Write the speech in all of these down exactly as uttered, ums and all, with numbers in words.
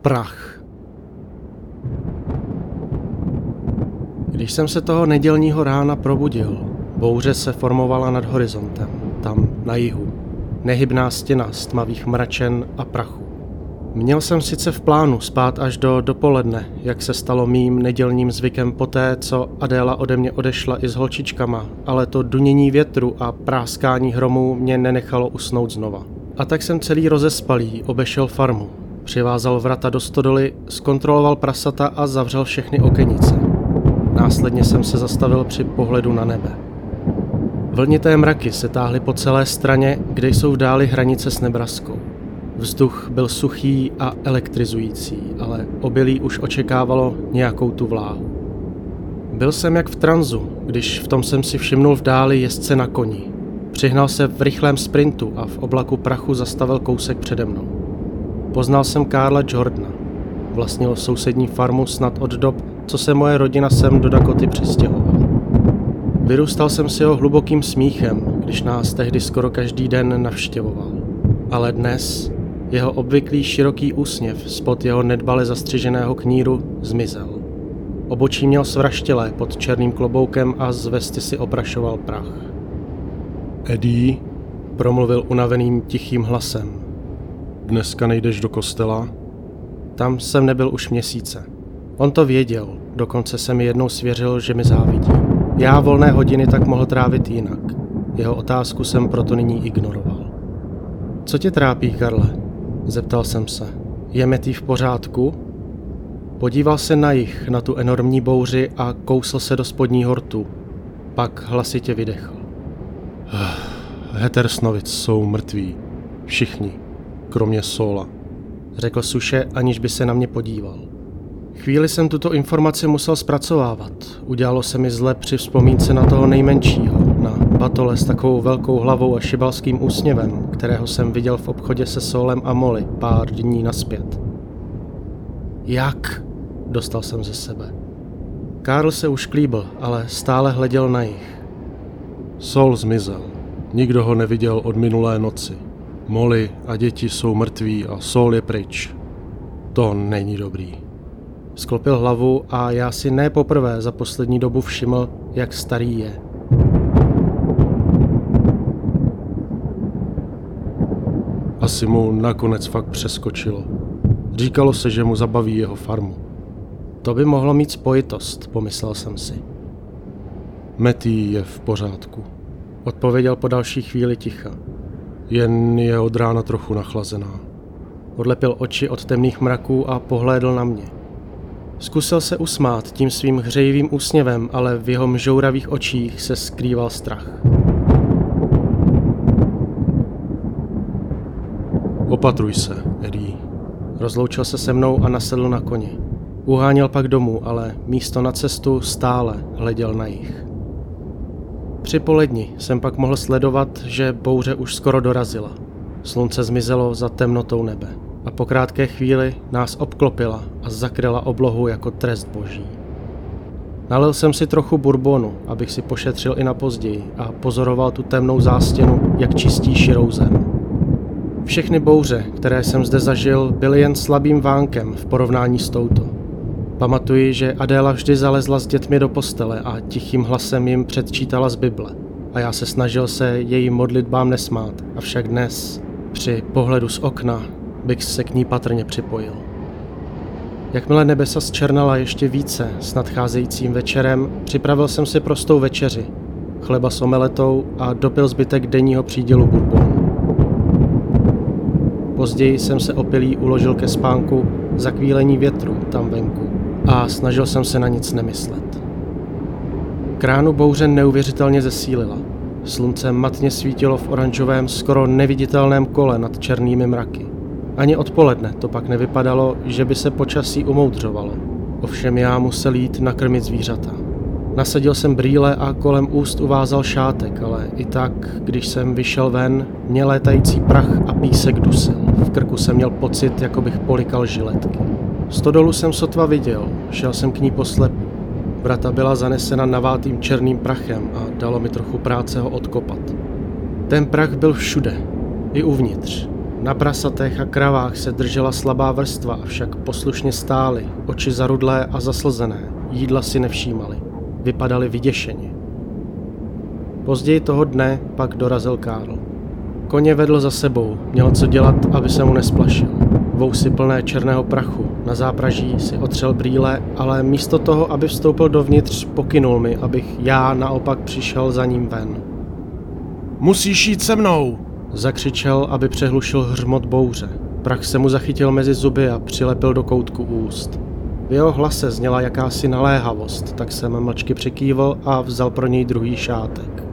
prach. Když jsem se toho nedělního rána probudil, bouře se formovala nad horizontem, tam na jihu. Nehybná stěna z tmavých mračen a prachu. Měl jsem sice v plánu spát až do dopoledne, jak se stalo mým nedělním zvykem poté, co Adéla ode mě odešla i s holčičkama, ale to dunění větru a práskání hromů mě nenechalo usnout znova. A tak jsem celý rozespalý obešel farmu, přivázal vrata do stodoly, zkontroloval prasata a zavřel všechny okenice. Následně jsem se zastavil při pohledu na nebe. Vlnité mraky se táhly po celé straně, kde jsou v dáli hranice s Nebraskou. Vzduch byl suchý a elektrizující, ale obilí už očekávalo nějakou tu vláhu. Byl jsem jak v tranzu, když v tom jsem si všimnul v dáli jezdce na koni. Přihnal se v rychlém sprintu a v oblaku prachu zastavil kousek přede mnou. Poznal jsem Karla Jordana. Vlastnil sousední farmu snad od dob, co se moje rodina sem do Dakoty přistěhovala. Vyrůstal jsem si ho hlubokým smíchem, když nás tehdy skoro každý den navštěvoval. Ale dnes jeho obvyklý široký úsměv spod jeho nedbale zastřiženého kníru zmizel. Obočí měl svraštělé pod černým kloboukem a z vesty si oprašoval prach. Eddie, promluvil unaveným tichým hlasem. Dneska nejdeš do kostela? Tam jsem nebyl už měsíce. On to věděl, dokonce se mi jednou svěřil, že mi závidí. Já volné hodiny tak mohl trávit jinak. Jeho otázku jsem proto nyní ignoroval. Co tě trápí, Karle? Zeptal jsem se. Je Matty v pořádku? Podíval se na jih, na tu enormní bouři a kousl se do spodního rtu. Pak hlasitě vydechl. Hetersnovic jsou mrtví. Všichni. Kromě Sola. Řekl suše, aniž by se na mě podíval. Chvíli jsem tuto informaci musel zpracovávat. Udělalo se mi zle při vzpomínce na toho nejmenšího, na batole s takovou velkou hlavou a šibalským úsměvem, kterého jsem viděl v obchodě se Solem a Molly pár dní nazpět. Jak? Dostal jsem ze sebe. Karl se už klíbl, ale stále hleděl na jih. Sol zmizel. Nikdo ho neviděl od minulé noci. Molly a děti jsou mrtví a Sol je pryč. To není dobrý. Sklopil hlavu a já si ne poprvé za poslední dobu všiml, jak starý je. Asi mu nakonec fakt přeskočilo. Říkalo se, že mu zabaví jeho farmu. To by mohlo mít spojitost, pomyslel jsem si. Matty je v pořádku. Odpověděl po další chvíli ticha. Jen je od rána trochu nachlazená. Odlepil oči od temných mraků a pohlédl na mě. Zkusil se usmát tím svým hřejivým úsměvem, ale v jeho mžouravých očích se skrýval strach. Opatruj se, Eddie. Rozloučil se se mnou a nasedl na koni. Uháněl pak domů, ale místo na cestu stále hleděl na jih. Při poledni jsem pak mohl sledovat, že bouře už skoro dorazila. Slunce zmizelo za temnotou nebe a po krátké chvíli nás obklopila a zakryla oblohu jako trest boží. Nalil jsem si trochu bourbonu, abych si pošetřil i na později a pozoroval tu temnou zástěnu, jak čistí širou zem. Všechny bouře, které jsem zde zažil, byly jen slabým vánkem v porovnání s touto. Pamatuji, že Adéla vždy zalezla s dětmi do postele a tichým hlasem jim předčítala z Bible. A já se snažil se jejím modlitbám nesmát, avšak dnes, při pohledu z okna, bych se k ní patrně připojil. Jakmile nebesa zčernala ještě více s nadcházejícím večerem, připravil jsem si prostou večeři, chleba s omeletou a dopil zbytek denního přídělu bourbonu. Později jsem se opilý uložil ke spánku za kvílení větru tam venku a snažil jsem se na nic nemyslet. K ránu bouře neuvěřitelně zesílila. Slunce matně svítilo v oranžovém, skoro neviditelném kole nad černými mraky. Ani odpoledne to pak nevypadalo, že by se počasí umoudřovalo. Ovšem já musel jít nakrmit zvířata. Nasadil jsem brýle a kolem úst uvázal šátek, ale i tak, když jsem vyšel ven, mě létající prach a písek dusil. V krku jsem měl pocit, jako bych polikal žiletky. Stodolu jsem sotva viděl, šel jsem k ní poslepu. Vrata byla zanesena navátým černým prachem a dalo mi trochu práce ho odkopat. Ten prach byl všude, i uvnitř. Na prasatech a kravách se držela slabá vrstva, avšak poslušně stály, oči zarudlé a zaslzené, jídla si nevšímali. Vypadali vyděšeně. Později toho dne pak dorazil Karl. Koně vedl za sebou, měl co dělat, aby se mu nesplašil. Vousy plné černého prachu, na zápraží si otřel brýle, ale místo toho, aby vstoupil dovnitř, pokynul mi, abych já naopak přišel za ním ven. Musíš jít se mnou! Zakřičel, aby přehlušil hřmot bouře. Prach se mu zachytil mezi zuby a přilepil do koutku úst. V jeho hlase zněla jakási naléhavost, tak jsem mlčky přikývl a vzal pro něj druhý šátek.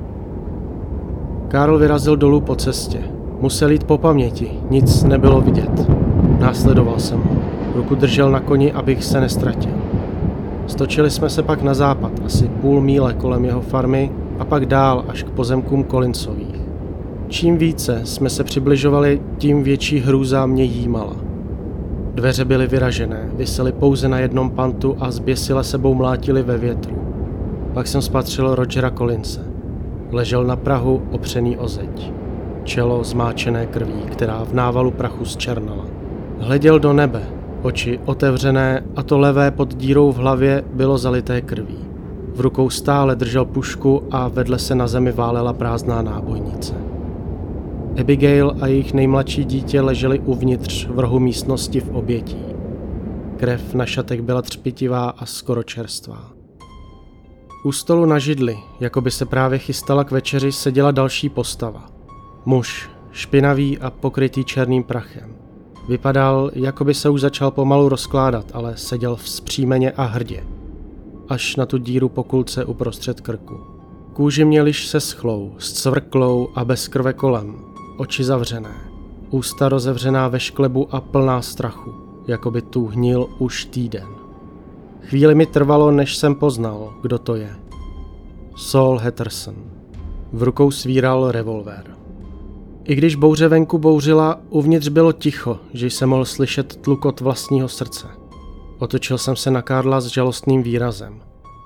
Karl vyrazil dolů po cestě. Musel jít po paměti, nic nebylo vidět. Následoval jsem ho. Ruku držel na koni, abych se nestratil. Stočili jsme se pak na západ, asi půl míle kolem jeho farmy a pak dál až k pozemkům Collinsových. Čím více jsme se přibližovali, tím větší hrůza mě jímala. Dveře byly vyražené, visely pouze na jednom pantu a zběsile sebou mlátily ve větru. Pak jsem spatřil Rogera Collinse. Ležel na prahu opřený o zeď. Čelo zmáčené krví, která v návalu prachu zčernala. Hleděl do nebe, oči otevřené a to levé pod dírou v hlavě bylo zalité krví. V rukou stále držel pušku a vedle se na zemi válela prázdná nábojnice. Abigail a jejich nejmladší dítě leželi uvnitř v rohu místnosti v obětí. Krev na šatech byla třpitivá a skoro čerstvá. U stolu na židli, jako by se právě chystala k večeři, seděla další postava. Muž, špinavý a pokrytý černým prachem. Vypadal, jako by se už začal pomalu rozkládat, ale seděl vzpřímeně a hrdě. Až na tu díru po kulce uprostřed krku. Kůži měl již seschlou, scvrklou a bez krve kolem. Oči zavřené. Ústa rozevřená ve šklebu a plná strachu, jako by tu hnil už týden. Chvíli mi trvalo, než jsem poznal, kdo to je. Saul Hatterson. V rukou svíral revolver. I když bouře venku bouřila, uvnitř bylo ticho, že jsem mohl slyšet tlukot vlastního srdce. Otočil jsem se na Karla s žalostným výrazem.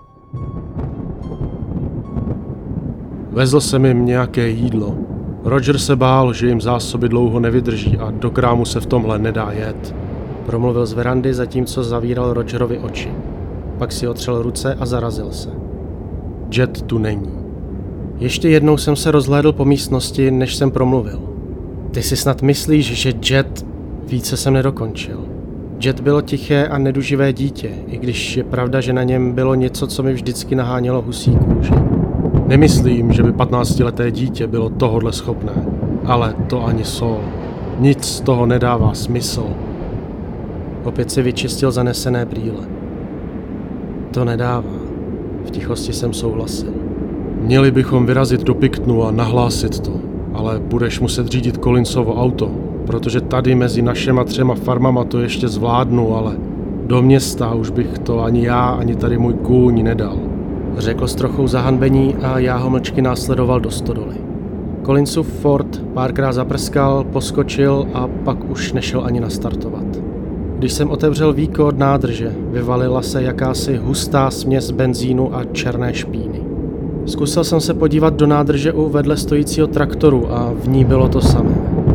Vezl jsem jim nějaké jídlo. Roger se bál, že jim zásoby dlouho nevydrží a do krámu se v tomhle nedá jet. Promluvil z verandy, zatímco zavíral Rogerovi oči. Pak si otřel ruce a zarazil se. Jet tu není. Ještě jednou jsem se rozhlédl po místnosti, než jsem promluvil. Ty si snad myslíš, že Jet... Více jsem nedokončil. Jet bylo tiché a neduživé dítě, i když je pravda, že na něm bylo něco, co mi vždycky nahánělo husí kůži. Nemyslím, že by patnáctileté dítě bylo tohodle schopné, ale to ani Saul. Nic z toho nedává smysl. Opět si vyčistil zanesené brýle. To nedává. V tichosti jsem souhlasil. Měli bychom vyrazit do Picktonu a nahlásit to, ale budeš muset řídit Collinsovo auto, protože tady mezi našema třema farmama to ještě zvládnu, ale do města už bych to ani já, ani tady můj kůň nedal. Řekl s trochou zahanbení a já ho mlčky následoval do stodoly. Collinsův Ford párkrát zaprskal, poskočil a pak už nešel ani nastartovat. Když jsem otevřel víko od nádrže, vyvalila se jakási hustá směs benzínu a černé špíny. Zkusil jsem se podívat do nádrže u vedle stojícího traktoru a v ní bylo to samé.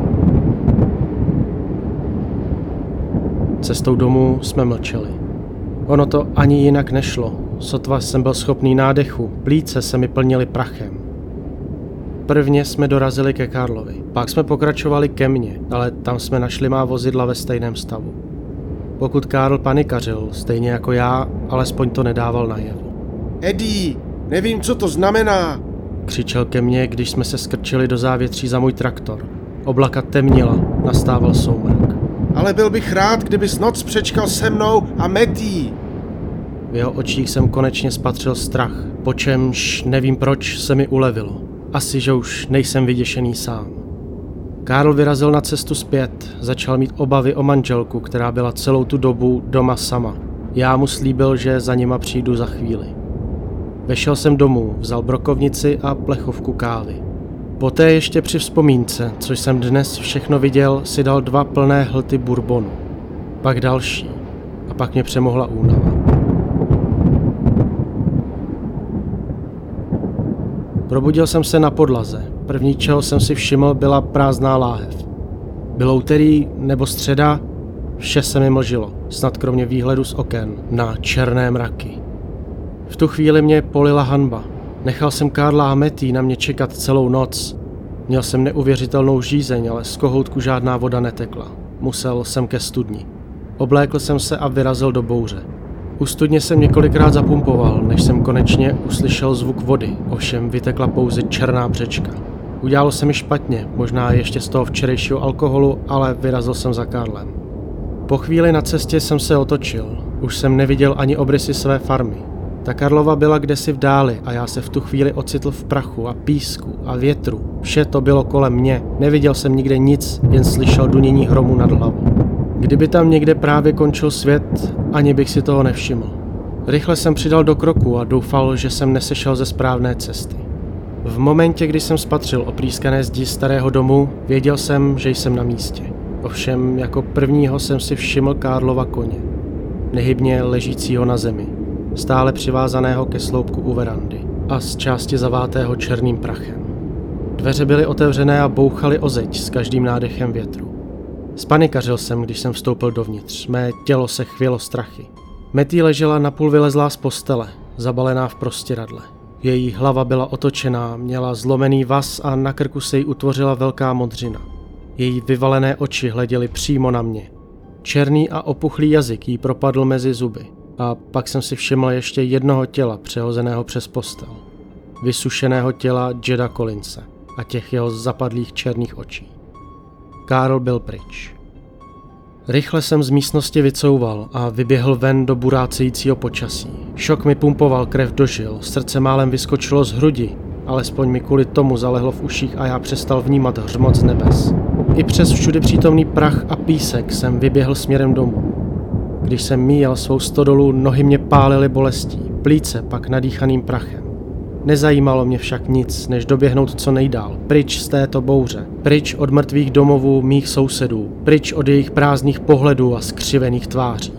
Cestou domů jsme mlčeli. Ono to ani jinak nešlo. Sotva jsem byl schopný nádechu, plíce se mi plnily prachem. Prvně jsme dorazili ke Karlovi, pak jsme pokračovali ke mně, ale tam jsme našli má vozidla ve stejném stavu. Pokud Karl panikařil, stejně jako já, alespoň to nedával najevo. Eddie, nevím, co to znamená, křičel ke mně, když jsme se skrčili do závětří za můj traktor. Oblaka temnila, nastával soumrak. Ale byl bych rád, kdybys noc přečkal se mnou a Matty. V jeho očích jsem konečně spatřil strach, po čemž nevím proč se mi ulevilo. Asi, že už nejsem vyděšený sám. Karl vyrazil na cestu zpět, začal mít obavy o manželku, která byla celou tu dobu doma sama. Já mu slíbil, že za nima přijdu za chvíli. Vešel jsem domů, vzal brokovnici a plechovku kávy. Poté ještě při vzpomínce, což jsem dnes všechno viděl, si dal dva plné hlty bourbonu. Pak další. A pak mě přemohla únava. Probudil jsem se na podlaze. První, čeho jsem si všiml, byla prázdná láhev. Bylo úterý nebo středa, vše se mi mlžilo, snad kromě výhledu z oken na černé mraky. V tu chvíli mě polila hanba. Nechal jsem Karla a Matty na mě čekat celou noc. Měl jsem neuvěřitelnou žízeň, ale z kohoutku žádná voda netekla. Musel jsem ke studni. Oblékl jsem se a vyrazil do bouře. U studně jsem několikrát zapumpoval, než jsem konečně uslyšel zvuk vody, ovšem vytekla pouze černá břečka. Udělalo se mi špatně, možná ještě z toho včerejšího alkoholu, ale vyrazil jsem za Karlem. Po chvíli na cestě jsem se otočil. Už jsem neviděl ani obrysy své farmy. Ta Karlova byla kdesi v dáli a já se v tu chvíli ocitl v prachu a písku a větru. Vše to bylo kolem mě, neviděl jsem nikde nic, jen slyšel dunění hromu nad hlavou. Kdyby tam někde právě končil svět, ani bych si toho nevšiml. Rychle jsem přidal do kroku a doufal, že jsem nesešel ze správné cesty. V momentě, kdy jsem spatřil oprýskané zdi starého domu, věděl jsem, že jsem na místě. Ovšem jako prvního jsem si všiml Karlova koně, nehybně ležícího na zemi, stále přivázaného ke sloupku u verandy a z části zavátého černým prachem. Dveře byly otevřené a bouchaly o zeď s každým nádechem větru. Spanikařil jsem, když jsem vstoupil dovnitř, mé tělo se chvělo strachy. Matty ležela napůl vylezlá z postele, zabalená v prostěradle. Její hlava byla otočená, měla zlomený vaz a na krku se jí utvořila velká modřina. Její vyvalené oči hleděly přímo na mě. Černý a opuchlý jazyk jí propadl mezi zuby. A pak jsem si všiml ještě jednoho těla přehozeného přes postel. Vysušeného těla Jeda Collinse a těch jeho zapadlých černých očí. Karl byl pryč. Rychle jsem z místnosti vycouval a vyběhl ven do burácejícího počasí. Šok mi pumpoval krev do žil, srdce málem vyskočilo z hrudi, alespoň mi kvůli tomu zalehlo v uších a já přestal vnímat hřmot z nebes. I přes všudy přítomný prach a písek jsem vyběhl směrem domů. Když jsem míjel svou stodolu, nohy mě pálily bolestí, plíce pak nadýchaným prachem. Nezajímalo mě však nic, než doběhnout co nejdál, pryč z této bouře, pryč od mrtvých domovů mých sousedů, pryč od jejich prázdných pohledů a skřivených tváří.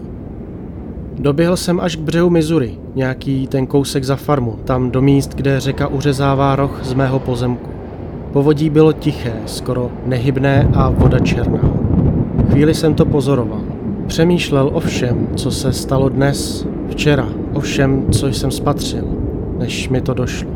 Doběhl jsem až k břehu Missouri, nějaký ten kousek za farmu, tam do míst, kde řeka uřezává roh z mého pozemku. Povodí bylo tiché, skoro nehybné a voda černá. Chvíli jsem to pozoroval. Přemýšlel o všem, co se stalo dnes, včera, o všem, co jsem spatřil, než mi to došlo.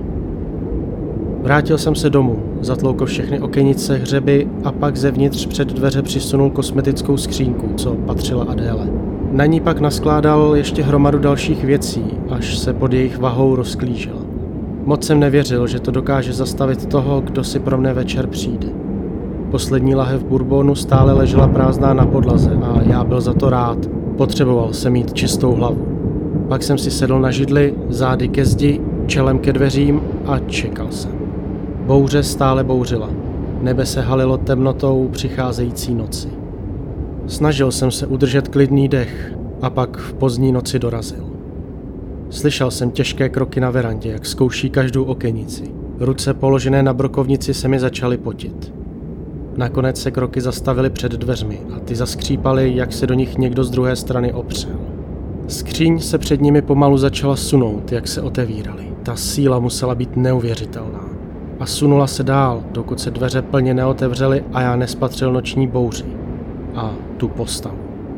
Vrátil jsem se domů, zatloukl všechny okenice, hřeby a pak zevnitř před dveře přisunul kosmetickou skřínku, co patřila Adéle. Na ní pak naskládal ještě hromadu dalších věcí, až se pod jejich vahou rozklížel. Moc jsem nevěřil, že to dokáže zastavit toho, kdo si pro mne večer přijde. Poslední lahev bourbonu stále ležela prázdná na podlaze a já byl za to rád. Potřeboval jsem mít čistou hlavu. Pak jsem si sedl na židli, zády ke zdi, čelem ke dveřím a čekal jsem. Bouře stále bouřila. Nebe se halilo temnotou přicházející noci. Snažil jsem se udržet klidný dech a pak v pozdní noci dorazil. Slyšel jsem těžké kroky na verandě, jak zkouší každou okenici. Ruce položené na brokovnici se mi začaly potit. Nakonec se kroky zastavily před dveřmi a ty zaskřípaly, jak se do nich někdo z druhé strany opřel. Skříň se před nimi pomalu začala sunout, jak se otevíraly. Ta síla musela být neuvěřitelná. A sunula se dál, dokud se dveře plně neotevřely a já nespatřil noční bouři. A tu postavu.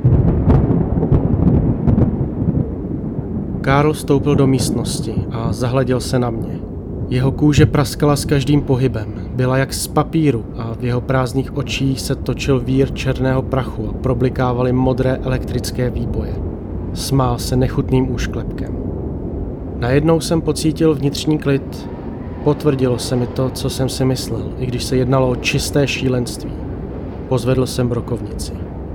Karl vstoupil do místnosti a zahleděl se na mě. Jeho kůže praskala s každým pohybem, byla jak z papíru a v jeho prázdných očích se točil vír černého prachu a problikávaly modré elektrické výboje. Smál se nechutným úšklepkem. Najednou jsem pocítil vnitřní klid. Potvrdilo se mi to, co jsem si myslel, i když se jednalo o čisté šílenství. Pozvedl jsem brokovnici.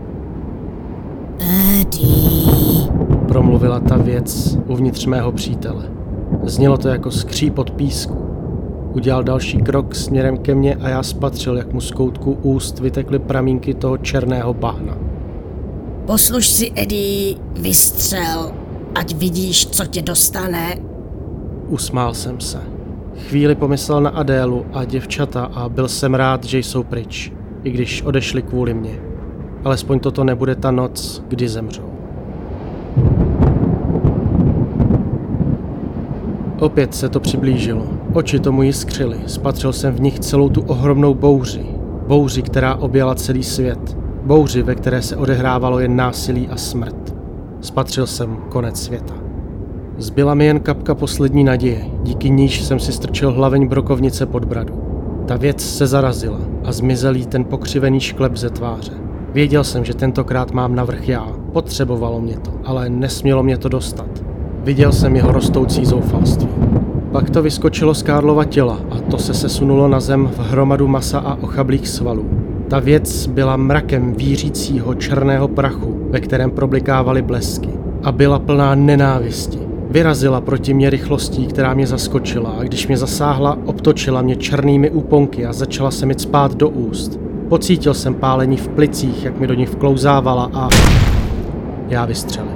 Eddie, promluvila ta věc uvnitř mého přítele. Znělo to jako skřípot písku. Udělal další krok směrem ke mně a já spatřil, jak mu z koutku úst vytekly pramínky toho černého bahna. posluš si, Eddie, vystřel, ať vidíš, co tě dostane. Usmál jsem se. Chvíli pomyslel na Adélu a děvčata a byl jsem rád, že jsou pryč, i když odešli kvůli mně. Alespoň toto nebude ta noc, kdy zemřou. Opět se to přiblížilo. Oči tomu jiskřily, spatřil jsem v nich celou tu ohromnou bouři. Bouři, která objela celý svět. Bouři, ve které se odehrávalo jen násilí a smrt. Spatřil jsem konec světa. Zbyla mi jen kapka poslední naděje, díky níž jsem si strčil hlaveň brokovnice pod bradu. Ta věc se zarazila a zmizel jí ten pokřivený šklep ze tváře. Věděl jsem, že tentokrát mám navrch já. Potřebovalo mě to, ale nesmělo mě to dostat. Viděl jsem jeho rostoucí zoufalství. Pak to vyskočilo z Karlova těla a to se sesunulo na zem v hromadu masa a ochablých svalů. Ta věc byla mrakem vířícího černého prachu, ve kterém problikávaly blesky. A byla plná nenávisti. Vyrazila proti mě rychlostí, která mě zaskočila, a když mě zasáhla, obtočila mě černými úponky a začala se mi cpát do úst. Pocítil jsem pálení v plicích, jak mi do nich vklouzávala a já vystřelil.